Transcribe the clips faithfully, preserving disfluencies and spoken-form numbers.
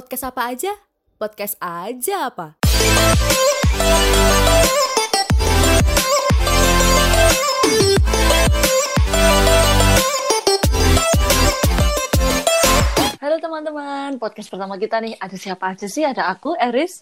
Podcast apa aja? Podcast aja apa? Halo teman-teman, podcast pertama kita nih. Ada siapa aja sih? Ada aku, Eris.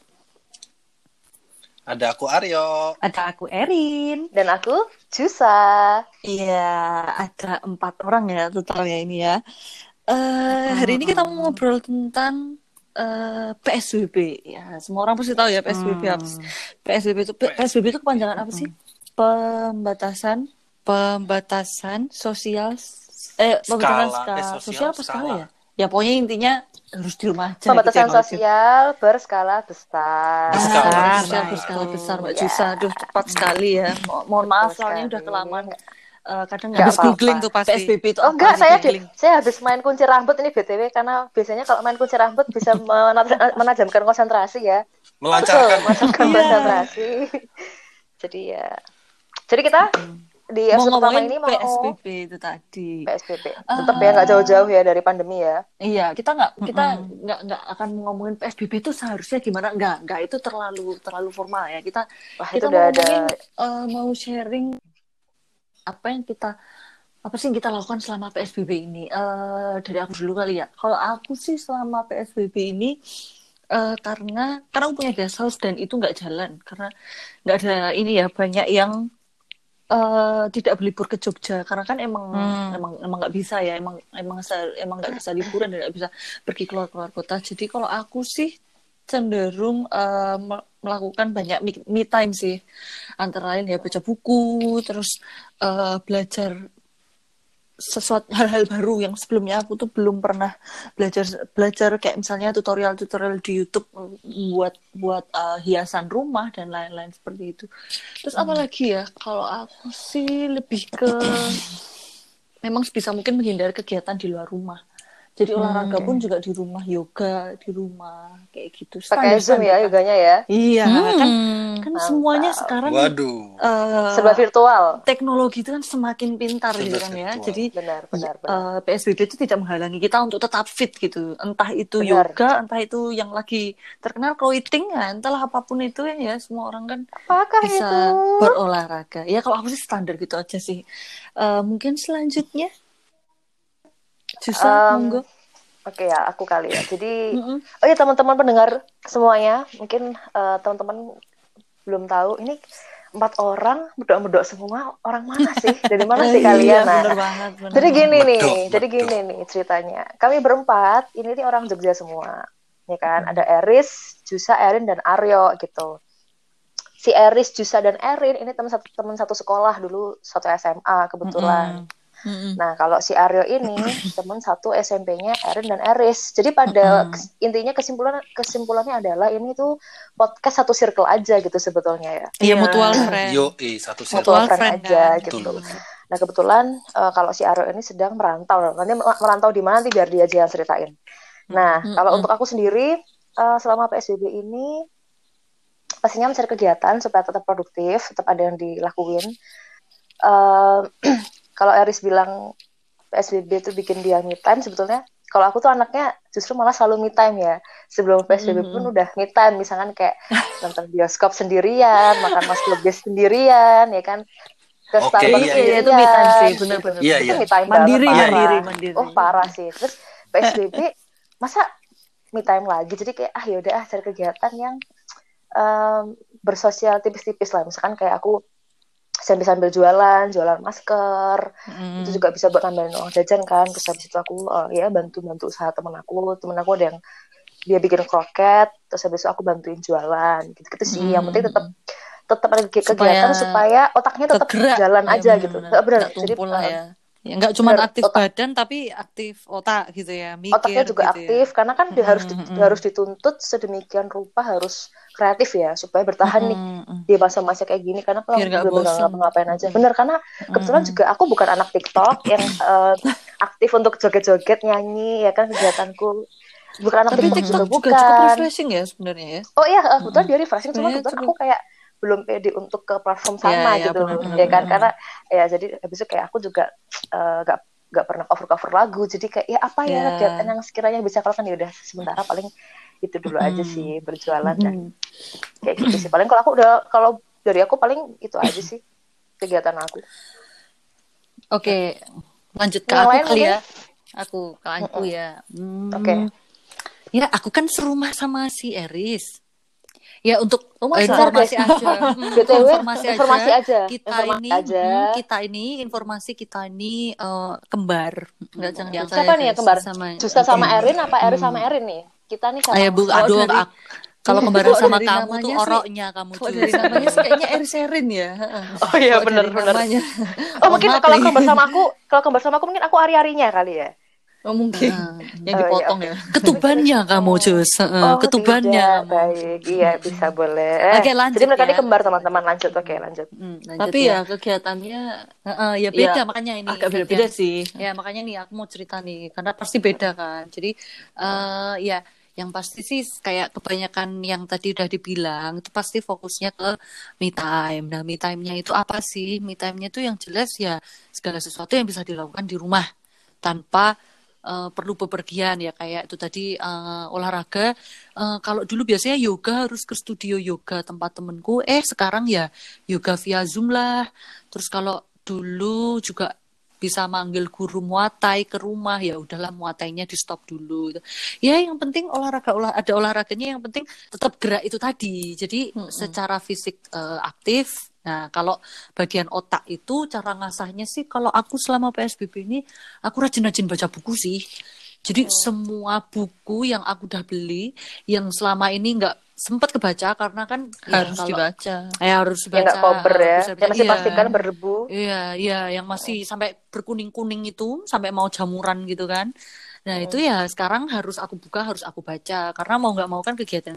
Ada aku, Aryo. Ada aku, Erin. Dan aku, Jusa. Iya, ada empat orang ya totalnya ini ya. Uh, hari ini kita mau ngobrol tentang uh, P S B B. Ya, semua orang pasti tahu ya P S B B apa sih. P S B B itu P S B B itu kepanjangan apa sih? Pembatasan pembatasan sosial eh pembatasan Skala, skala eh, sosial, sosial apa skala skala. ya? Ya pokoknya intinya harus di rumah aja. Pembatasan gitu ya, sosial berskala besar. Berskala Ah, besar. sosial berskala besar Mbak Ya. Jusa. Aduh, cepat sekali ya. Mo- mohon maaf Betul soalnya sekali. udah kelamaan. Uh, kadang Nggak habis apa-apa. googling tuh pasti. P S B B itu Oh apa enggak, sih, saya di, googling. saya habis main kunci rambut ini B T W karena biasanya kalau main kunci rambut bisa menat- menajamkan konsentrasi ya. Melancarkan. Menajamkan Iya. konsentrasi. Jadi ya. Jadi kita di Mau episode pertama ngomongin ini mau P S B B itu tadi. P S B B. Tetap ya nggak jauh-jauh ya dari pandemi ya. Iya, kita nggak kita nggak nggak akan ngomongin P S B B itu seharusnya gimana, nggak nggak itu terlalu terlalu formal ya. Kita Wah, kita itu mau udah ada ngomongin uh, mau sharing apa yang kita apa sih yang kita lakukan selama P S B B ini. Uh, dari aku dulu kali ya. Kalau aku sih selama P S B B ini uh, karena karena aku punya guest house dan itu nggak jalan karena nggak ada ini ya, banyak yang Uh, tidak berlibur ke Jogja karena kan emang hmm. emang emang nggak bisa ya, emang emang emang nggak bisa liburan dan nggak bisa pergi keluar keluar kota. Jadi kalau aku sih cenderung uh, melakukan banyak me, me time sih, antara lain ya baca buku, terus uh, belajar sesuatu hal-hal baru yang sebelumnya aku tuh belum pernah belajar belajar kayak misalnya tutorial-tutorial di YouTube buat buat uh, hiasan rumah dan lain-lain seperti itu. Terus apa lagi ya? Kalau aku sih lebih ke memang sebisa mungkin menghindari kegiatan di luar rumah. Jadi olahraga Hmm. pun juga di rumah, yoga di rumah kayak gitu. pakai Zoom ya yoganya ya. Iya, Hmm. kan kan Mantap. semuanya sekarang Waduh. uh, Serba virtual. teknologi itu kan semakin pintar Serba gitu kan ya. virtual. Jadi Benar, benar, benar. uh, P S B B itu tidak menghalangi kita untuk tetap fit gitu. Entah itu Benar. yoga, entah itu yang lagi terkenal clothing, ya, entahlah apapun itu ya, ya semua orang kan Apakah bisa itu? berolahraga. Ya kalau aku sih standar gitu aja sih. Uh, mungkin selanjutnya Jusa, Um, monggo. Oke ya, aku kali ya. Jadi, Mm-mm. oh ya teman-teman pendengar semuanya, mungkin uh, teman-teman belum tahu ini empat orang bedok-bedok semua, orang mana sih? Dari mana sih Iya, kalian? Nah, bener banget, bener jadi banget. gini nih, Bedok, jadi bedok. gini nih ceritanya. Kami berempat, ini nih orang Jogja semua, ya kan? Ada Eris, Jusa, Erin, dan Aryo gitu. Si Eris, Jusa, dan Erin ini teman satu teman satu sekolah dulu, satu S M A kebetulan. Mm-mm. Nah, kalau si Aryo ini teman satu S M P-nya Erin dan Eris. Jadi pada kes- intinya kesimpulan kesimpulannya adalah ini tuh podcast satu circle aja gitu sebetulnya ya. Iya. Iya, mutual friend. Yo, eh satu circle. Mutual Mutual friend friend aja kan. gitu. Betul. Nah, kebetulan uh, kalau si Aryo ini sedang merantau. Nanti merantau di mana nanti biar dia aja yang ceritain. Nah, Mm-mm. kalau untuk aku sendiri uh, selama P S B B ini pastinya mencari kegiatan supaya tetap produktif, tetap ada yang dilakuin. Uh, kalau Eris bilang P S B B itu bikin dia me time, sebetulnya kalau aku tuh anaknya justru malah selalu me time ya. Sebelum P S B B pun udah me time, misalkan kayak nonton bioskop sendirian, makan mas sendirian, ya kan, ke Oke, Starbucks iya, sendirian. iya, itu me time sih, benar-benar. Iya, Itu iya. me time Mandiri, banget, parah. mandiri, mandiri. Oh parah sih. Terus P S B B masa me time lagi, jadi kayak ah yaudah ah cari kegiatan yang um, bersosial tipis-tipis lah. Misalkan kayak aku sambil-sambil jualan, jualan masker, Mm. itu juga bisa buat nambahin uang jajan kan. Terus habis itu aku uh, ya bantu-bantu usaha temen aku, temen aku ada yang dia bikin kroket, terus habis itu aku bantuin jualan, gitu-gitu sih. Yang penting tetap tetap ada kegiatan Supaya supaya otaknya tetap Tergerak. jalan Ya, aja benar-benar. gitu. Nggak bener. Nggak Jadi tumpul lah uh, ya. Ya, nggak cuma bener, aktif otak- badan tapi aktif otak gitu ya, mikir otaknya juga gitu aktif ya. karena kan dia harus di- Mm-mm. harus dituntut sedemikian rupa, harus kreatif ya supaya bertahan nih Mm-mm. di masa-masa kayak gini. Karena kalau Biar nggak bener-bener bosen. ngapa-ngapain aja bener, karena kebetulan Mm-mm. juga aku bukan anak TikTok yang uh, aktif untuk joget-joget nyanyi ya kan. Kegiatanku bukan anak Tapi TikTok, TikTok juga juga cukup bukan. refreshing ya sebenarnya ya. Oh iya, uh, kebetulan dia refreshing, cuma Sebenarnya kebetulan cukup- aku kayak belum pede untuk ke platform Ya, sama ya, gitu, benar-benar. ya kan, karena ya jadi habis itu kayak aku juga uh, gak gak pernah cover cover lagu, jadi kayak ya apa ya Ya. kegiatan yang sekiranya bisa kalau kan ya udah sementara paling itu dulu aja Hmm. sih berjualan ya. Hmm. Kayak gitu sih. Paling kalau aku udah kalau dari aku paling itu aja sih kegiatan aku. Oke, lanjut ke Yang aku lain kali mungkin? ya. Aku ke aku ya. Hmm. Oke. Ya, aku kan serumah sama si Eris. Ya untuk Oh, masa? informasi Bentar, aja, Hmm, B T W, informasi, informasi aja. aja. Kita Informasi ini, aja. hmm, kita ini informasi kita ini eh, kembar, nggak jangan Yang percaya siapa nih ya guys, kembar? sama Justa sama hmm, Erin apa Erin hmm. sama Erin nih? Kita nih sama Ayo bu, sama- aduh, dari- ak- kalau kembaran Kok sama dari kamu tuh namanya sih- oroknya kamu Kok Jus. dari namanya sih kayaknya Eris Erin ya. Heeh. Oh iya Kok benar dari benar. namanya? Oh mungkin Maaf kalau nih. kembar sama aku, kalau kembar sama aku mungkin aku ari-arinya kali ya. Oh mungkin Heeh. yang Oh, iya, dipotong oke. ya. Ketubannya kamu Jus, Heeh, Oh ketubannya tidak, kamu. baik, iya bisa boleh. Oke, lanjut Jadi mereka ya. ini kembar teman-teman, lanjut, oke lanjut. Hmm, lanjut Tapi ya kegiatannya Heeh, ya beda ya, makanya ini. agak Fit, beda-beda yang- sih. Ya makanya nih aku mau cerita nih karena pasti beda kan. Jadi eh ya yang pasti sih kayak kebanyakan yang tadi udah dibilang itu pasti fokusnya ke me time. Nah me time-nya itu apa sih? Me time-nya itu yang jelas ya segala sesuatu yang bisa dilakukan di rumah tanpa eh, perlu bepergian ya kayak itu tadi eh, olahraga. Eh, kalau dulu biasanya yoga harus ke studio yoga tempat temenku. Eh sekarang ya yoga via Zoom lah. Terus kalau dulu juga bisa manggil guru muatai ke rumah ya udahlah muatainya di stop dulu ya yang penting olahraga olah, ada olahraganya yang penting tetap gerak itu tadi jadi Mm-mm. secara fisik eh, aktif. Nah kalau bagian otak itu cara ngasahnya sih kalau aku selama P S B B ini aku rajin-rajin baca buku sih. Jadi semua buku yang aku udah beli yang selama ini nggak sempat kebaca karena kan ya Harus kalau- dibaca. ya harus Yang baca nggak kober ya, bisa- yang masih iya. pastikan berdebu. Iya, iya, yang masih sampai berkuning-kuning itu, sampai mau jamuran gitu kan. Nah, itu ya sekarang harus aku buka, harus aku baca. Karena mau nggak mau kan kegiatan.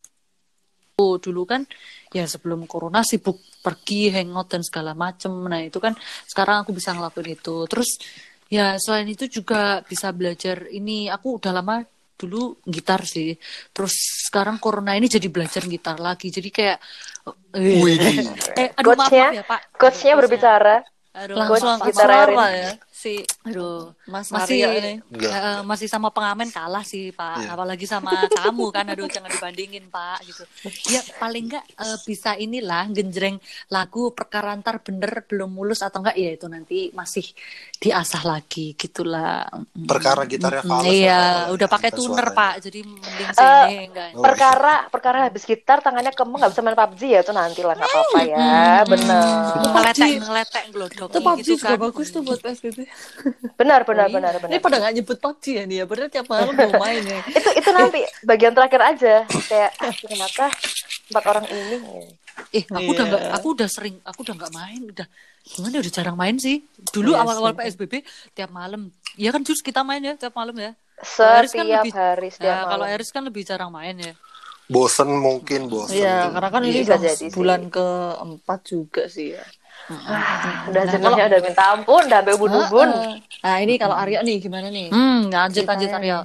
Oh, dulu kan ya sebelum corona sibuk pergi, hangout dan segala macem. Nah, itu kan sekarang aku bisa ngelakuin itu. Terus ya selain itu juga bisa belajar ini. Aku udah lama dulu gitar sih. Terus sekarang corona ini jadi belajar gitar lagi. Jadi kayak Wih. eh aduh maaf, Coachnya- maaf ya, Pak. Coachnya Aduh, berbicara. Aduh, Langsung Coach angkat gitar suara Erin. ya si aduh. Mas Masih Arya ini. Enggak. eh, masih sama pengamen kalah sih Pak, Iya. apalagi sama kamu kan, aduh jangan dibandingin Pak gitu. Ya paling enggak eh, bisa inilah genjreng lagu perkara ntar bener belum mulus atau enggak ya itu nanti masih diasah lagi gitulah. Mm. Perkara gitarnya Mm, fals. iya, ya, udah pakai bukan tuner suaranya. Pak, jadi mending sini enggak. Oh, Perkara perkara habis gitar tangannya kemeng nggak bisa main P U B G ya itu nanti lah nggak apa-apa ya, benar. Ngeletek ngeletek glodok Itu P U B G gitu juga kan. bagus tuh buat P S B B. Benar benar Oh, iya. benar Ini benar. pada nggak nyebut P U B G ya nih ya. Bener tiap malam mau main ya. Itu itu nanti bagian terakhir aja kayak ah, ternyata empat orang ini. Eh, aku udah Iya. nggak, aku udah sering, aku udah nggak main, udah gimana? Udah jarang main sih. Dulu Iya awal-awal sih. P S B B tiap malam, ya kan Jus kita main ya tiap malam ya. Kalau Eris kan Setiap lebih- hari setiap Nah, kalau malam. Eris kan lebih jarang main ya. Bosen mungkin bosen. Iya, karena kan ini Bisa udah jadi sih. bulan keempat juga sih ya. Ah, udah Nah, jenuhnya udah minta ampun, udah sampai ubun-ubun. Heeh. Nah ini kalau Arya nih gimana nih? Hmm, lanjut lanjut Ceritanya Aryo. nih.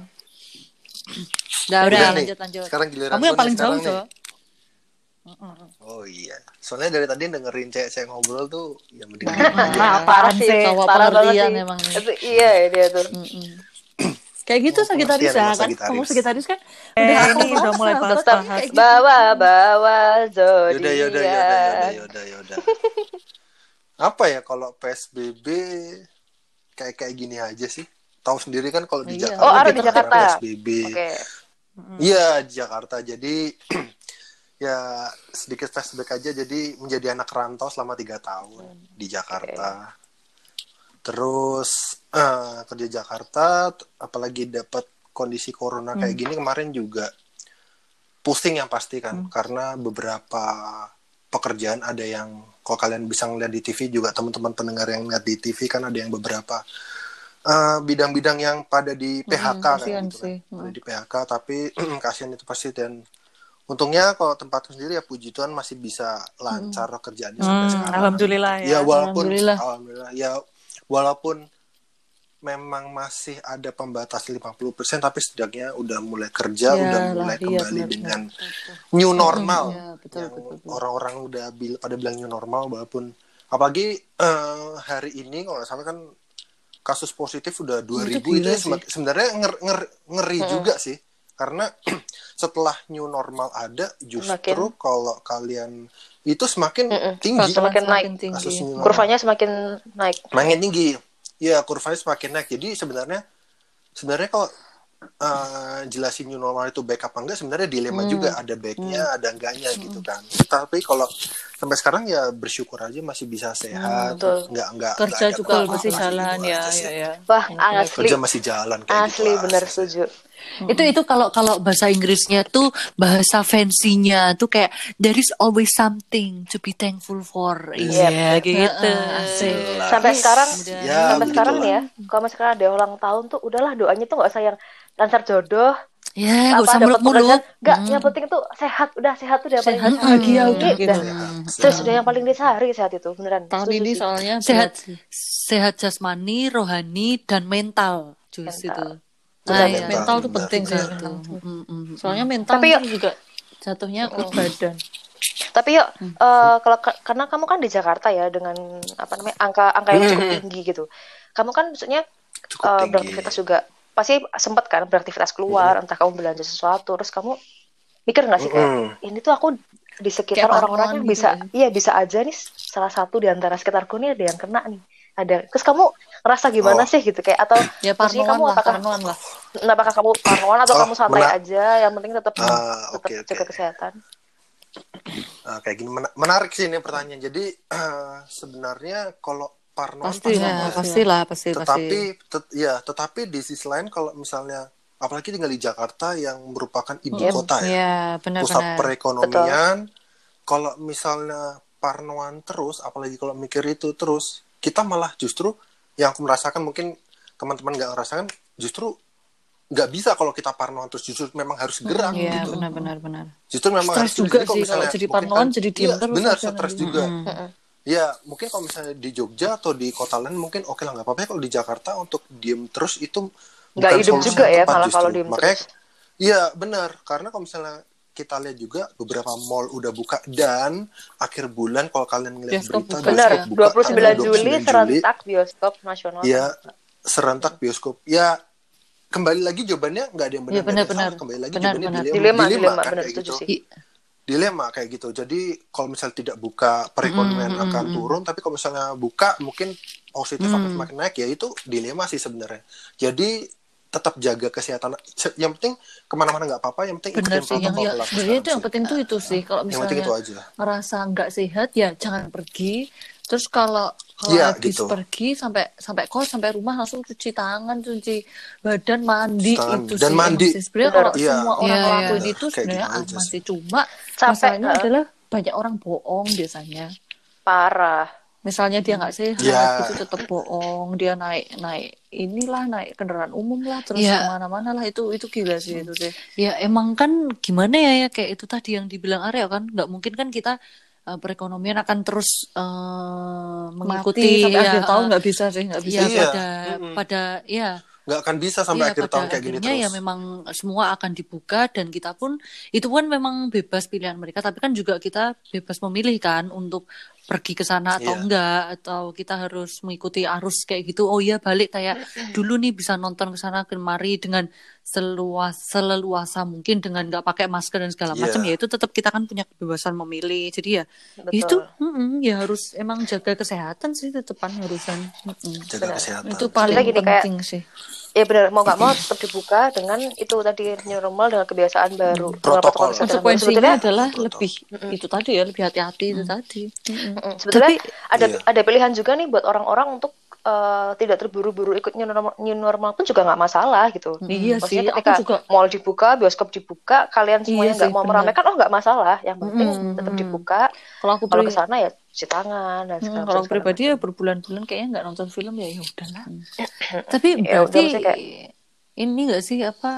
Udah, udah Udah nih. lanjut lanjut. Sekarang giliran Kamu yang gua nih paling sekarang jauh, nih. Jo. Oh iya. Soalnya dari tadi dengerin cewek-cewek ngobrol tuh ya mending. Nah, Parah sih, Cowok parah banget pengertian sih. emang nih. Itu iya ya dia tuh. Kayak gitu Oh, Sagitarius pengertian ya emang kan? Sagitarius. Kamu Sagitarius kan? Eh, Udah ini udah mulai bahas bahas-bahas. kayak gitu. Bawa bawa zodiak. Yaudah, yaudah, yaudah, yaudah, yaudah, yaudah. Apa ya kalau P S B B kayak kayak gini aja sih? Tahu sendiri kan kalau di Iya. Jakarta. Oh, ada kita di ada Jakarta. P S B B. Oke. Iya di Jakarta. Jadi ya sedikit flashback aja. Jadi menjadi anak rantau selama tiga tahun di Jakarta. Terus eh, kerja Jakarta, t- apalagi dapat kondisi corona kayak gini kemarin juga pusing yang pasti kan, karena beberapa pekerjaan ada yang kalau kalian bisa ngeliat di T V juga teman-teman pendengar yang ngeliat di T V kan ada yang beberapa eh, bidang-bidang yang pada di P H K kan, kasihan gitu kan. sih. Pada di P H K tapi kasihan itu pasti dan untungnya kalau tempatku sendiri ya puji Tuhan masih bisa lancar kerjaannya sampai Hmm, sekarang. alhamdulillah ya. Ya walaupun Alhamdulillah. alhamdulillah ya walaupun memang masih ada pembatas lima puluh persen tapi setidaknya udah mulai kerja, Ya udah lah, mulai iya, kembali benar, dengan new normal. Iya, betul, yang betul, betul. orang-orang udah bil- pada bilang new normal walaupun apalagi eh, hari ini kalau nggak salah kan kasus positif udah dua ribu itu, gila semak- sebenarnya nger- nger- ngeri juga sih. Karena setelah new normal ada, justru Semakin- kalau kalian itu semakin Mm-mm. tinggi Semakin naik. tinggi. kasus new normal. Kurvanya semakin naik. Makin tinggi. Ya, kurvanya semakin naik. Jadi sebenarnya sebenarnya kalau uh, jelasin new normal itu baik apa enggak, sebenarnya dilema Hmm. juga, ada baiknya, ada enggaknya gitu kan. Tapi kalau sampai sekarang ya bersyukur aja masih bisa sehat, betul. enggak enggak Kerja enggak ada juga apa-apa, masih jalan gitu ya, aja sih. ya, ya. Wah, Ya, asli. Kerja masih jalan kayak Asli gitu. benar aja sih. setuju. Itu itu kalau kalau bahasa Inggrisnya tuh bahasa fancy-nya tuh kayak there is always something to be thankful for. Iya gitu. Heeh, asik. Jelas. Sampai sekarang Ya, sampai sekarang begitulah. nih ya, kalau misalkan ada ulang tahun tuh udahlah doanya tuh nggak usah yang lancar jodoh, Ya, gak apa usah dapat muluk-muluk. pekerjaan, nggak, Hmm. yang penting tuh sehat, udah sehat tuh udah paling Sehat, dicari. bahagia Ini udah gitu. udah Sehat, terus sehat. udah yang paling dicari sehat itu beneran. Tahun Setuju ini sih. soalnya Sehat berat sih. sehat jasmani, rohani dan mental. Jus Mental. itu. Benar, iya. mental. Mental tuh benar, penting sih. benar. Mental. Mm, mm, mm. Soalnya mental Tapi ntar juga jatuhnya ke badan. Tapi yuk, eh, kalau ka- karena kamu kan di Jakarta ya dengan apa namanya angka angka yang cukup tinggi gitu. Kamu kan maksudnya Cukup eh, tinggi. beraktivitas juga pasti sempat kan beraktivitas keluar, entah kamu belanja sesuatu, terus kamu mikir nggak sih kayak Mm-mm. ini tuh aku di sekitar Kayak orang-orang yang parnoan bisa, gitu iya bisa aja nih salah satu di antara sekitarku nih ada yang kena nih. Ada. Terus kamu ngerasa gimana Oh. sih gitu kayak atau Ya maksudnya parnoan kamu lah, apakah parnoan lah. apakah kamu parnoan atau Oh, kamu santai mena- aja, yang penting tetap Ah, tetap oke, oke. jaga kesehatan. Nah, kayak gini mena- menarik sih ini pertanyaan. Jadi eh, sebenarnya kalau parnoan Pasti pasti lah, ada. pastilah, pasti tetapi pasti. tet- ya tetapi di sisi lain kalau misalnya apalagi tinggal di Jakarta yang merupakan ibu Yep. kota ya, Ya, pusat benar-benar. perekonomian. Kalau misalnya parnoan terus, apalagi kalau mikir itu terus, kita malah justru yang aku merasakan, mungkin teman-teman nggak ngerasakan, justru nggak bisa kalau kita parnoan terus, justru memang harus gerak Iya, gitu. benar-benar benar. Justru memang Stres harus terus. juga Jadi kalau sih misalnya kalau jadi mungkin parnoan kan- jadi diem iya, terus benar, aja stres nanti. juga. Mm-mm. Ya, mungkin kalau misalnya di Jogja atau di kota lain mungkin oke lah, nggak apa-apa ya. Kalau di Jakarta untuk diem terus itu Nggak bukan hidup solusi juga yang ya tepat malah justru. kalau diem Makanya, terus. iya benar. Karena kalau misalnya kita lihat juga beberapa mall udah buka dan akhir bulan kalau kalian ngeliat Bioskop berita buka. Benar, bioskop buka dua puluh sembilan tanggal Juli dua puluh sembilan Juli, serentak bioskop nasional. ya serentak bioskop. Ya kembali lagi jawabannya nggak ada yang benar, Iya, nggak ada yang benar-benar. salah. Kembali lagi Benar, jawabannya benar. dilema, Dilema, dilema, dilema, kan benar kayak setuju gitu. sih. Dilema kayak gitu. Jadi kalau misalnya tidak buka perekonomian Mm, mm, akan mm. turun, tapi kalau misalnya buka mungkin positif akan Mm. semakin naik, ya itu dilema sih sebenarnya. Jadi tetap jaga kesehatan. Se- Yang penting kemana-mana nggak apa-apa. Yang penting Benar ikutin sih, yang protokol ya, kesehatan sebenarnya itu yang sih. penting tuh itu sih. Kalau Yang penting itu misalnya aja. ngerasa nggak sehat ya jangan pergi. Terus kalau kalau Iya, habis gitu. pergi sampai sampai kos sampai rumah langsung cuci tangan, cuci badan, mandi Tangan. itu Dan sih. mandi. Emang sih. Sebenarnya Benar. kalau Iya. semua orang Iya, ngelakuin benar. itu Kayak sebenarnya gitu aja aman sih. sih. Cuma Sampai masalahnya uh, adalah banyak orang bohong biasanya. parah. Misalnya dia nggak sehat, Ya. itu tetap bohong. Dia naik naik inilah naik kendaraan umum lah, terus Ya. kemana-mana lah itu itu gila sih itu sih. Ya emang kan gimana ya ya kayak itu tadi yang dibilang Arya kan nggak mungkin kan kita eh, perekonomian akan terus eh, mengikuti Mati sampai ya, akhir tahun eh, nggak bisa sih, nggak bisa. ya Iya. pada Mm-mm. pada ya Nggak akan bisa sampai Iya, akhir pada tahun kayak gini akhirnya terus. ya memang semua akan dibuka dan kita pun itu kan memang bebas pilihan mereka tapi kan juga kita bebas memilih kan untuk pergi ke sana atau Iya. enggak atau kita harus mengikuti arus kayak gitu. Oh iya balik kayak dulu nih bisa nonton ke sana kemari dengan seluas seleluasa mungkin dengan nggak pakai masker dan segala Iya. macam ya itu tetap kita kan punya kebebasan memilih. Jadi ya Betul. itu mm-mm, ya harus emang jaga kesehatan sih tetepan harusan. Mm-mm. Jaga Benar. kesehatan. Itu paling Kita gini, kayak- penting sih. Ya benar, mau nggak mau tetap dibuka dengan itu tadi new normal dengan kebiasaan baru. Dengan Protokol. kesehatan baru. Konsekuensinya Sebetulnya, adalah Betul, lebih itu tadi ya, lebih hati-hati itu tadi. mm, sebetulnya Tapi- ada Iya. ada pilihan juga nih buat orang-orang untuk eh, tidak terburu-buru ikut new normal, new normal pun juga nggak masalah gitu. Iya sih, Maksudnya aku ketika juga mall dibuka, bioskop dibuka, kalian semuanya Iya nggak sih, mau benar. meramaikan, oh nggak masalah. Yang penting Mm-mm, tetap mm-mm. dibuka. kalau aku Kalau pri- ke sana ya cuci tangan dan Hmm, segala kalau aku segala pribadi macam. ya berbulan-bulan kayaknya nggak nonton film ya ya udahlah. Tapi Ya udah, berarti maksudnya kayak- ini nggak sih apa?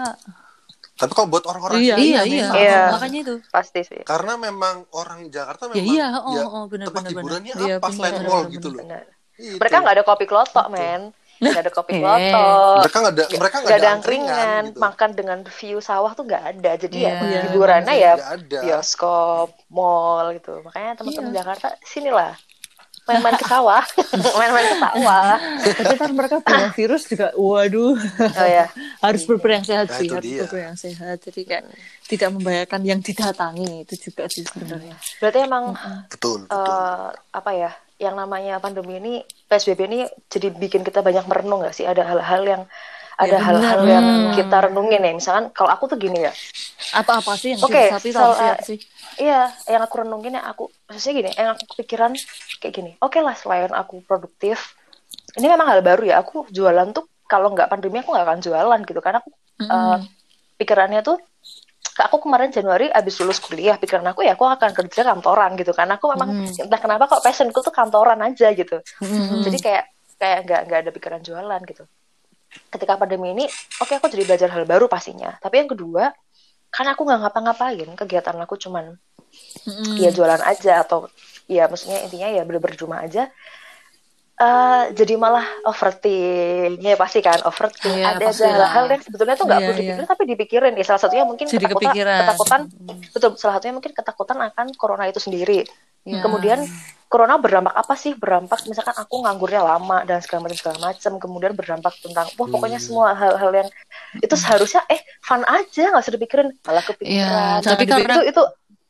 Tapi kalau buat orang-orang Iya, sini, Iya iya, Iya. makanya itu. Pasti sih. karena memang orang Jakarta Ya memang iya, oh, ya, oh, benar, tempat benar, benar. hiburannya Iya, apa benar, selain benar, mall benar, gitu loh. Benar. Itu. Mereka nggak ada kopi klotok, men. Nggak ada kopi Eh. klotok. Mereka nggak ada, mereka Nggak ada angkringan angkringan, gitu. makan dengan view sawah tuh nggak ada. Jadi ya Iya, hiburannya benar ya Nggak ada. bioskop, mall gitu. Makanya teman-teman Iya. Jakarta sinilah main-main ke sawah, main-main ke sawah. Tapi kan mereka punya virus juga, waduh. Oh ya, Harus berpikir yang sehat Nah, sih, itu harus dia. berpikir yang sehat. Jadi kayak tidak membahayakan yang didatangi itu juga sih sebenarnya. berarti emang Betul, betul. eh, apa ya, yang namanya pandemi ini, P S B B ini jadi bikin kita banyak merenung nggak sih? Ada hal-hal yang ada Ya, hal-hal benar. yang Hmm. kita renungin ya. Misalkan kalau aku tuh gini ya. Apa-apa sih yang Oke, diresapi tahu so, sih uh, apa sih? Iya, yang aku renungin yang aku maksudnya gini, yang aku kepikiran kayak gini. Oke lah, selain aku produktif, ini memang hal baru ya. Aku jualan tuh kalau nggak pandemi aku nggak akan jualan gitu. Karena aku uh, pikirannya tuh, aku kemarin Januari abis lulus kuliah, pikiran aku ya aku akan kerja kantoran gitu. Karena aku memang entah kenapa kok passionku tuh kantoran aja gitu. Jadi kayak kayak nggak nggak ada pikiran jualan gitu. Ketika pandemi ini, oke aku jadi belajar hal baru pastinya. Tapi yang kedua, karena aku nggak ngapa-ngapain, kegiatan aku cuman ya jualan aja atau ya maksudnya intinya ya bener-bener di rumah aja. Uh, jadi malah overthink, ya pasti kan overthink. Iya, ada pasti ada lah. hal-hal yang sebetulnya tuh nggak Iya, perlu iya. dipikirin tapi dipikirin. Ya salah satunya mungkin Jadi ketakutan, kepikiran. ketakutan, betul. Salah satunya mungkin ketakutan akan corona itu sendiri. Iya. Kemudian corona berdampak apa sih? Berdampak misalkan aku nganggurnya lama dan segala macam segala macam. Kemudian berdampak tentang, wah pokoknya semua hal-hal yang itu seharusnya eh fun aja, nggak usah dipikirin, malah kepikiran. Iya, tapi Nah, karena- itu itu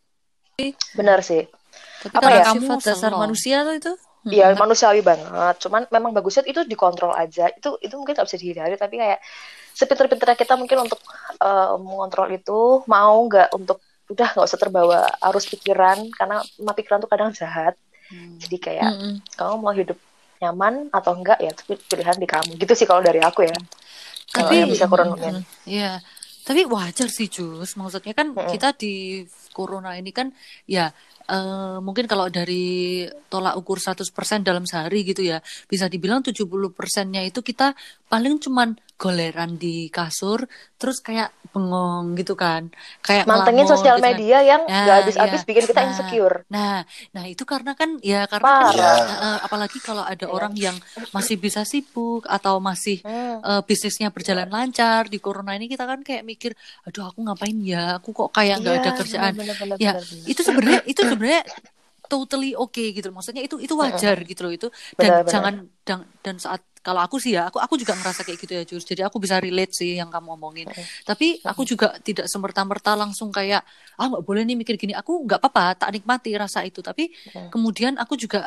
benar sih. Tapi Apa karena ya? kamu Sifat dasar senang. manusia tuh itu. Iya manusiawi banget. Cuman memang bagusnya itu dikontrol aja. Itu itu mungkin nggak bisa dihindari. Tapi kayak sepinter-pinternya kita mungkin untuk uh, mengontrol itu, mau nggak untuk udah nggak usah terbawa arus pikiran karena ma pikiran tuh kadang jahat. Jadi kayak Mm-mm. kamu mau hidup nyaman atau enggak ya itu pilihan di kamu. Gitu sih kalau dari aku ya. Kalau Tapi- yang bisa aku renungin. Iya, tapi wajar sih Jus. Maksudnya kan Mm-mm. kita di corona ini kan ya eh, mungkin kalau dari tolak ukur seratus persen dalam sehari gitu ya, bisa dibilang tujuh puluh persennya itu kita paling cuman goleran di kasur, terus kayak bengong gitu kan. Kayak Mantengin ngelamun sosial gitu kan. media yang Ya, nggak habis-habis iya. bikin kita Nah, insecure. Nah, nah itu karena kan ya karena kan, Parah. eh, eh, apalagi kalau ada Iya. orang yang masih bisa sibuk atau masih Hmm. eh, bisnisnya berjalan lancar di corona ini, kita kan kayak mikir, aduh aku ngapain ya, aku kok kayak nggak Iya, ada kerjaan. benar-benar, Ya benar-benar. itu sebenarnya itu sebenarnya totally oke okay, gitu. Maksudnya itu itu wajar gitu loh itu. Dan Benar-benar. jangan dan, dan saat kalau aku sih ya, aku aku juga ngerasa kayak gitu ya Jus. Jadi aku bisa relate sih yang kamu omongin. Tapi aku juga tidak semerta-merta langsung kayak ah nggak boleh nih mikir gini. Aku nggak apa-apa, tak nikmati rasa itu. Tapi kemudian aku juga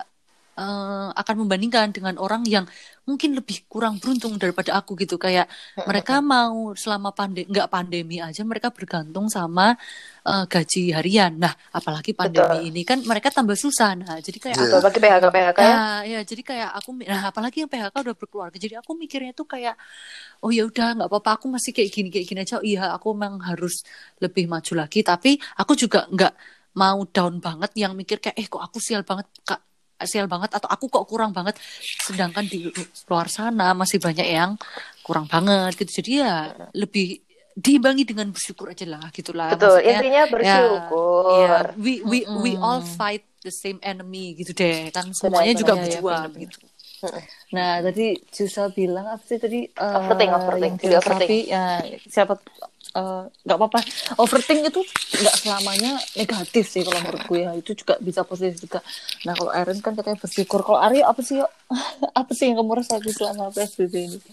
eh, akan membandingkan dengan orang yang mungkin lebih kurang beruntung daripada aku gitu. Kayak mereka mau selama pandemi nggak pandemi aja mereka bergantung sama eh, gaji harian. Nah, apalagi pandemi Betul. ini kan mereka tambah susah. Nah, jadi kayak Iya. aku Bagi P H K P H K ya. Nah, ya jadi kayak aku mi- nah apalagi yang P H K udah berkeluarga. Jadi aku mikirnya tuh kayak oh ya udah nggak apa-apa aku masih kayak gini kayak gini aja. Oh, iya, aku memang harus lebih maju lagi, tapi aku juga nggak mau down banget yang mikir kayak eh kok aku sial banget Kak sial banget atau aku kok kurang banget sedangkan di luar sana masih banyak yang kurang banget gitu. Jadi ya lebih diimbangi dengan bersyukur aja lah gitulah. Betul, Maksudnya, intinya bersyukur. Ya, we we we all fight the same enemy gitu deh. Kan semuanya benar, juga iya, iya, berjuang benar-benar. gitu. Nah, tadi Jusa bilang apa sih tadi eh, Overthink, overthink. yang Jadi dirasapi ya siapa eh, nggak apa-apa. Overthink itu nggak selamanya negatif sih kalau menurutku ya. Itu juga bisa positif juga. Nah, kalau Erin kan katanya bersyukur. Kalau Aryo apa sih, yuk? Apa sih yang kamu rasapi selama P S B B ini?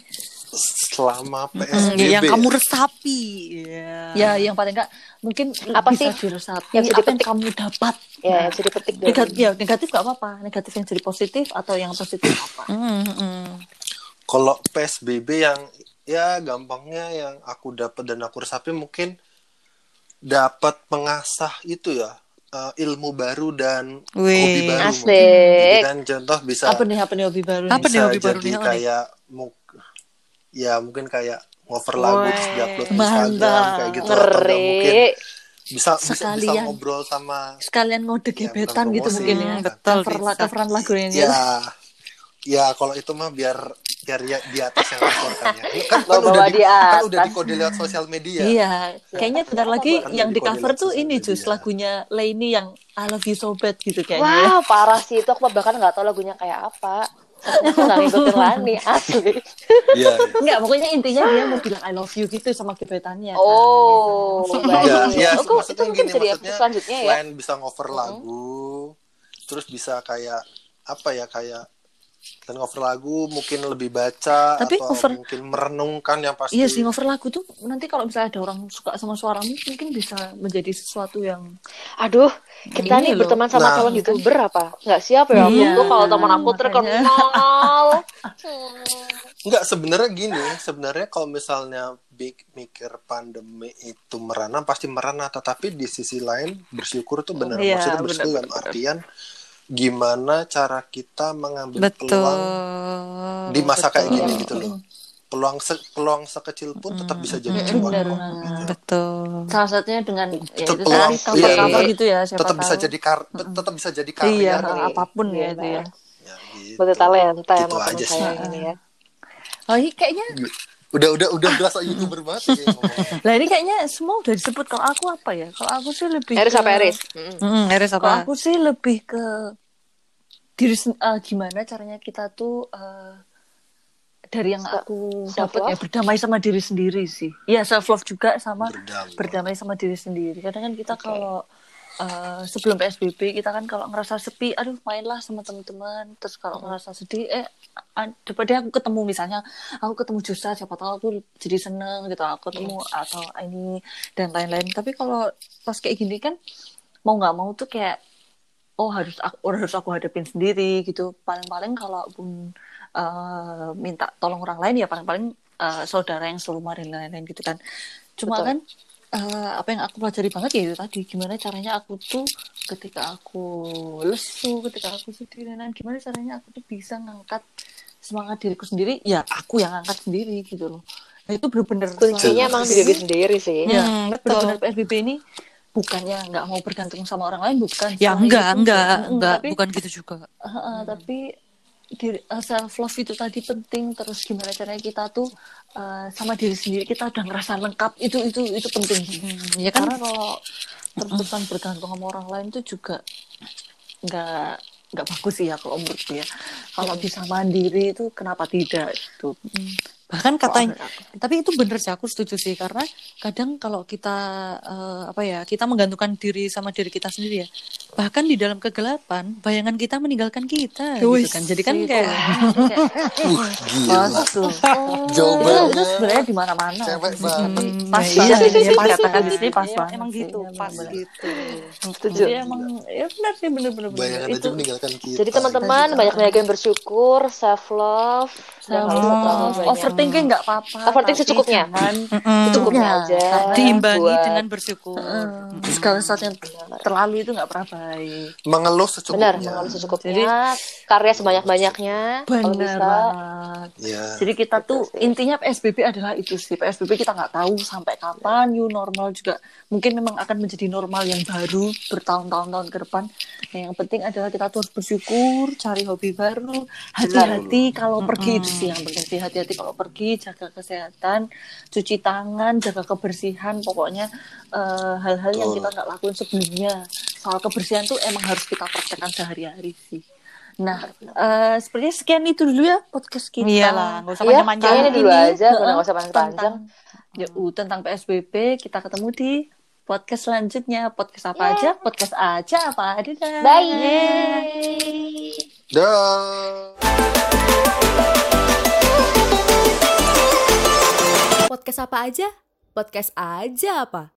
Selama Hmm, P S B B yang ya? kamu resapi. Ya. Ya, yang paling nggak mungkin Apa bisa sih diresapi. yang bisa Apa yang dipetik? kamu dapat? Ya, yang bisa dipetik dari Negatif, ya, negatif nggak apa-apa. Negatif yang jadi positif atau yang positif apa? Hmm, hmm. Kalau P S B B yang ya gampangnya yang aku dapat dan aku resapi mungkin dapat mengasah itu ya eh, ilmu baru dan Wih, hobi baru. asik. mungkin. Jadi kan contoh bisa Apa nih, apa nih hobi baru nih? Apa nih bisa hobi baru jadi nih? Oh, nih. kayak mu- ya mungkin kayak ngover lagu terus diupload di mantap. Instagram kayak gitu atau enggak mungkin ngeri. bisa bisa, bisa Sekalian. ngobrol sama Sekalian ngode Ya, gebetan bukan gitu promosi. mungkin ya. Hmm, betul, Cover, bisa. coveran lagunya ya ya kalau itu mah biar biar ya di atas yang lapor kan ya kan, kan Bawa udah di, di kan udah atas. dikode lewat sosial media. Iya, kayaknya bentar lagi Kan yang jadi di cover kode tuh sosial ini media. Jus lagunya Laini yang I Love You So Bad gitu kayaknya ya. Wah, parah sih itu. Aku bahkan nggak tahu lagunya kayak apa. Aku nggak ngikutin Lani, asli. Iya. Enggak, pokoknya intinya dia mau bilang I love you gitu sama gebetannya kan. Oh, Ya, baik. ya, Oh, kok maksudnya itu mungkin gini, bisa di maksudnya episode selanjutnya ya. selain bisa ngover lagu, terus bisa kayak apa ya kayak dan cover lagu mungkin lebih baca Tapi atau cover- mungkin merenungkan yang pasti. Iya sih, cover lagu tuh nanti kalau misalnya ada orang suka sama suaramu mungkin bisa menjadi sesuatu yang Aduh, kita Ini nih loh. berteman sama Nah. calon YouTuber apa? Nggak siap ya aku Iya, tuh kalau teman aku makanya. terkenal. Enggak, sebenarnya gini, sebenarnya kalau misalnya big mikir pandemi itu merana pasti merana, tetapi di sisi lain bersyukur tuh benar. Iya, Maksudnya bersyukur benar, dalam benar. artian gimana cara kita mengambil Betul. peluang di masa kayak betul. gini gitu loh. Peluang se- peluang sekecil pun tetap bisa jadi Mm, cuan benar, kok, benar. gitu. Betul. salah satunya dengan ya Tetap itu peluang, tadi iya, cover-cover benar. gitu ya, siapa Tetap bisa tahu. jadi kar tetap bisa jadi karya Iya, kok. apapun ya Iya, itu ya. Ya, gitu. Betul talenta Gitu emang teman aja saya sih. ini ya. Oh, ini kayaknya Udah udah udah berasa YouTuber banget ya kayak ngomongnya. lah ini kayaknya semua udah disebut. Kalau aku apa ya? Kalau aku sih lebih Eris ke- apa Eris? Mm-mm. Mm, Eris Kalau apa? aku sih lebih ke diri sen- eh, gimana caranya kita tuh eh, dari yang Se- aku self dapat ya love? berdamai sama diri sendiri sih. Iya, self love juga sama Berdamai. berdamai sama diri sendiri. Kadang kan kita Oke. kalau eh, sebelum P S B B kita kan kalau ngerasa sepi, aduh mainlah sama teman-teman. Terus kalau ngerasa sedih, eh a- daripada aku ketemu misalnya, aku ketemu Jusa, siapa tahu aku jadi seneng gitu. Aku ketemu atau ini dan lain-lain. Tapi kalau pas kayak gini kan mau nggak mau tuh kayak oh harus aku harus aku hadapin sendiri gitu. Paling-paling kalaupun eh, minta tolong orang lain ya paling-paling eh, saudara yang serumah dan lain-lain gitu kan. Cuma Betul. kan eh, apa yang aku pelajari banget ya itu tadi gimana caranya aku tuh ketika aku lesu, ketika aku sedih dan lain, gimana caranya aku tuh bisa ngangkat semangat diriku sendiri, ya aku yang ngangkat sendiri gitu loh. Nah itu bener-bener Kuncinya selama emang di ini- diri sendiri sih. Ya, Hmm, benar-benar P S B B ini bukannya nggak mau bergantung sama orang lain, bukan. Ya Selain enggak, itu, enggak, mm, enggak, tapi, bukan gitu juga. uh, uh, tapi self love itu tadi penting. Terus gimana caranya kita tuh uh, sama diri sendiri kita udah ngerasa lengkap, itu itu itu penting. Hmm, ya kan? Karena kalau terus-terusan bergantung sama orang lain tuh juga nggak nggak bagus sih ya kalau menurutku ya. Kalau bisa mandiri itu kenapa tidak itu. Bahkan katanya, Kalau- tapi itu bener sih, aku setuju sih, karena kadang kalau kita eh, apa ya, kita menggantungkan diri sama diri kita sendiri ya, bahkan di dalam kegelapan bayangan kita meninggalkan kita gitu Wih, kan, jadi kan itu. kayak Uh, gila. Pas tuh. Jawabannya Itu, itu sebenarnya di mana-mana. cewek banget. Pas Iya, banget iya, sih, pas katakan banget. di sini pas Iya, banget. emang sih, gitu, iya, pas bener-bener. gitu. Setuju. Jadi emang ya benar sih bener-bener Bayangan itu aja meninggalkan kita. Jadi teman-teman banyak-banyak yang bersyukur, self love, self jangan lupa terlalu love, banyak. overthinking nggak apa-apa. Overthinking tapi secukupnya. jangan Secukupnya Ya, aja. karena Diimbangi buat- dengan bersyukur. eh, segala sesuatu yang terlalu itu nggak pernah baik. Mengeluh Benar, secukupnya. mengeluh secukupnya, karya sebanyak-banyaknya kalau Benar bisa. banget. Ya. Jadi kita tuh Betul sih. intinya P S B B adalah itu sih. P S B B kita nggak tahu sampai kapan, new normal juga mungkin memang akan menjadi normal yang baru bertahun-tahun ke depan. Nah, yang penting adalah kita tuh harus bersyukur, cari hobi baru, hati-hati kalau pergi, itu sih yang penting sih, hati-hati kalau pergi, jaga kesehatan, cuci tangan, jaga kebersihan, pokoknya eh, hal-hal yang Betul. kita nggak lakuin sebelumnya. Soal kebersihan tuh emang harus kita praktekkan sehari-hari sih. Nah, eh, sepertinya sekian itu dulu ya podcast kita. Iyalah, nggak usah Iya, panjang-panjang. kayaknya ini dulu Ini, aja, udah heeh, nggak usah panjang-panjang. tentang, ya, uh, tentang P S B B kita ketemu di podcast selanjutnya. Podcast apa aja? Podcast aja apa? Dadah. Bye. Dah. Podcast apa aja? Podcast aja apa?